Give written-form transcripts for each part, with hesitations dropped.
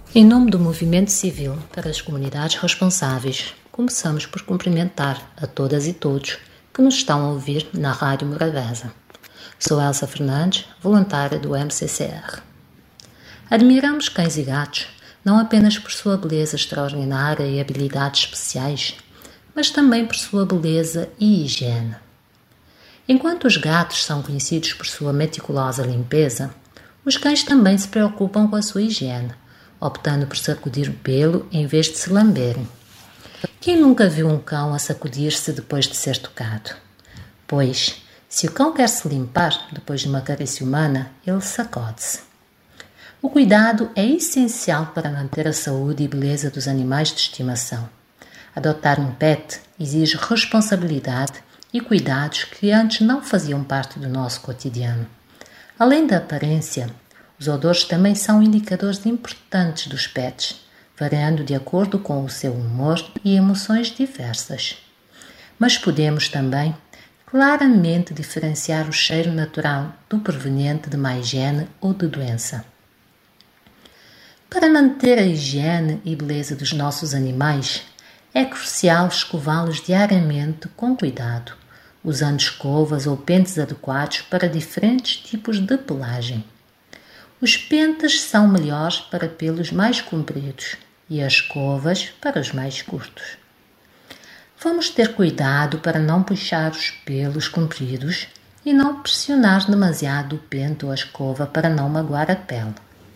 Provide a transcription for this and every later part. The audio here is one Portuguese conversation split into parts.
Em nome do Movimento Civil para as Comunidades Responsáveis, começamos por cumprimentar a todas e todos que nos estão a ouvir na Rádio Morabeza. Sou Elsa Fernandes, voluntária do MCCR. Admiramos cães e gatos não apenas por sua beleza extraordinária e habilidades especiais, mas também por sua beleza e higiene. Enquanto os gatos são conhecidos por sua meticulosa limpeza, os cães também se preocupam com a sua higiene, optando por sacudir o pelo em vez de se lamberem. Quem nunca viu um cão a sacudir-se depois de ser tocado? Pois, se o cão quer se limpar depois de uma carícia humana, ele sacode-se. O cuidado é essencial para manter a saúde e beleza dos animais de estimação. Adotar um pet exige responsabilidade e cuidados que antes não faziam parte do nosso cotidiano. Além da aparência, os odores também são indicadores importantes dos pets, variando de acordo com o seu humor e emoções diversas. Mas podemos também claramente diferenciar o cheiro natural do proveniente de má higiene ou de doença. Para manter a higiene e beleza dos nossos animais, é crucial escová-los diariamente com cuidado, usando escovas ou pentes adequados para diferentes tipos de pelagem. Os pentes são melhores para pelos mais compridos e as escovas para os mais curtos. Vamos ter cuidado para não puxar os pelos compridos e não pressionar demasiado o pente ou a escova para não magoar a pele.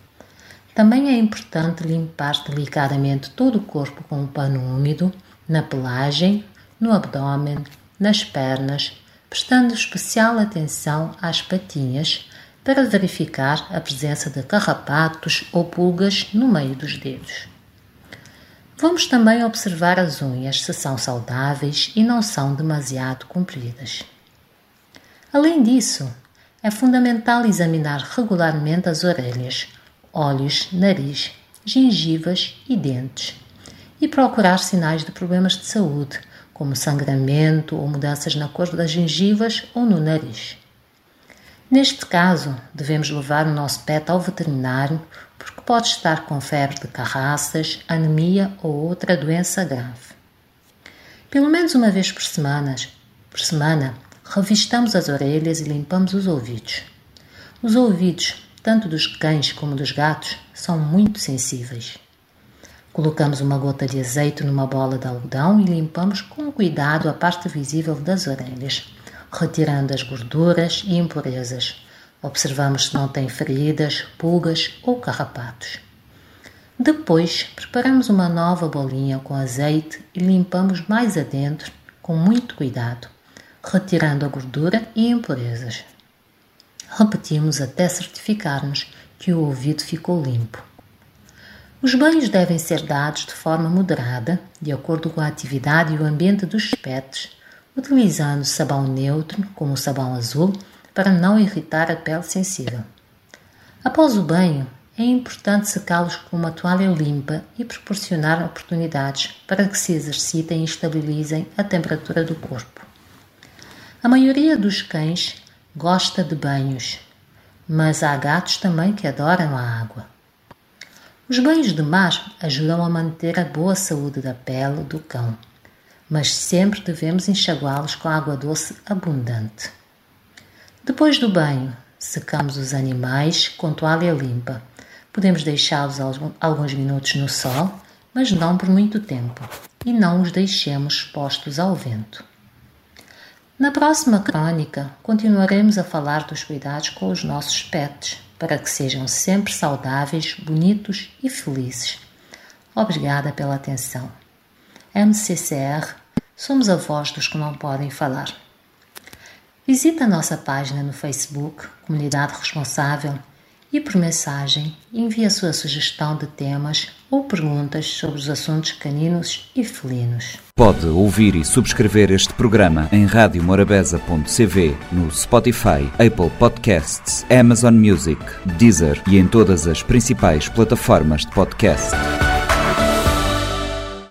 Também é importante limpar delicadamente todo o corpo com um pano úmido, na pelagem, no abdômen, nas pernas, prestando especial atenção às patinhas para verificar a presença de carrapatos ou pulgas no meio dos dedos. Vamos também observar as unhas se são saudáveis e não são demasiado compridas. Além disso, é fundamental examinar regularmente as orelhas, olhos, nariz, gengivas e dentes e procurar sinais de problemas de saúde, como sangramento ou mudanças na cor das gengivas ou no nariz. Neste caso, devemos levar o nosso pet ao veterinário porque pode estar com febre de carraças, anemia ou outra doença grave. Pelo menos uma vez por semana, revistamos as orelhas e limpamos os ouvidos. Os ouvidos, tanto dos cães como dos gatos, são muito sensíveis. Colocamos uma gota de azeite numa bola de algodão e limpamos com cuidado a parte visível das orelhas, retirando as gorduras e impurezas. Observamos se não tem feridas, pulgas ou carrapatos. Depois, preparamos uma nova bolinha com azeite e limpamos mais adentro com muito cuidado, retirando a gordura e impurezas. Repetimos até certificarmos que o ouvido ficou limpo. Os banhos devem ser dados de forma moderada, de acordo com a atividade e o ambiente dos pets, utilizando sabão neutro, como o sabão azul, para não irritar a pele sensível. Após o banho, é importante secá-los com uma toalha limpa e proporcionar oportunidades para que se exercitem e estabilizem a temperatura do corpo. A maioria dos cães gosta de banhos, mas há gatos também que adoram a água. Os banhos de mar ajudam a manter a boa saúde da pele do cão, mas sempre devemos enxaguá-los com água doce abundante. Depois do banho, secamos os animais com toalha limpa. Podemos deixá-los alguns minutos no sol, mas não por muito tempo, e não os deixemos expostos ao vento. Na próxima crônica, continuaremos a falar dos cuidados com os nossos pets, para que sejam sempre saudáveis, bonitos e felizes. Obrigada pela atenção. MCCR, somos a voz dos que não podem falar. Visite a nossa página no Facebook, Comunidade Responsável, e por mensagem envie a sua sugestão de temas ou perguntas sobre os assuntos caninos e felinos. Pode ouvir e subscrever este programa em radiomorabeza.cv, no Spotify, Apple Podcasts, Amazon Music, Deezer e em todas as principais plataformas de podcast.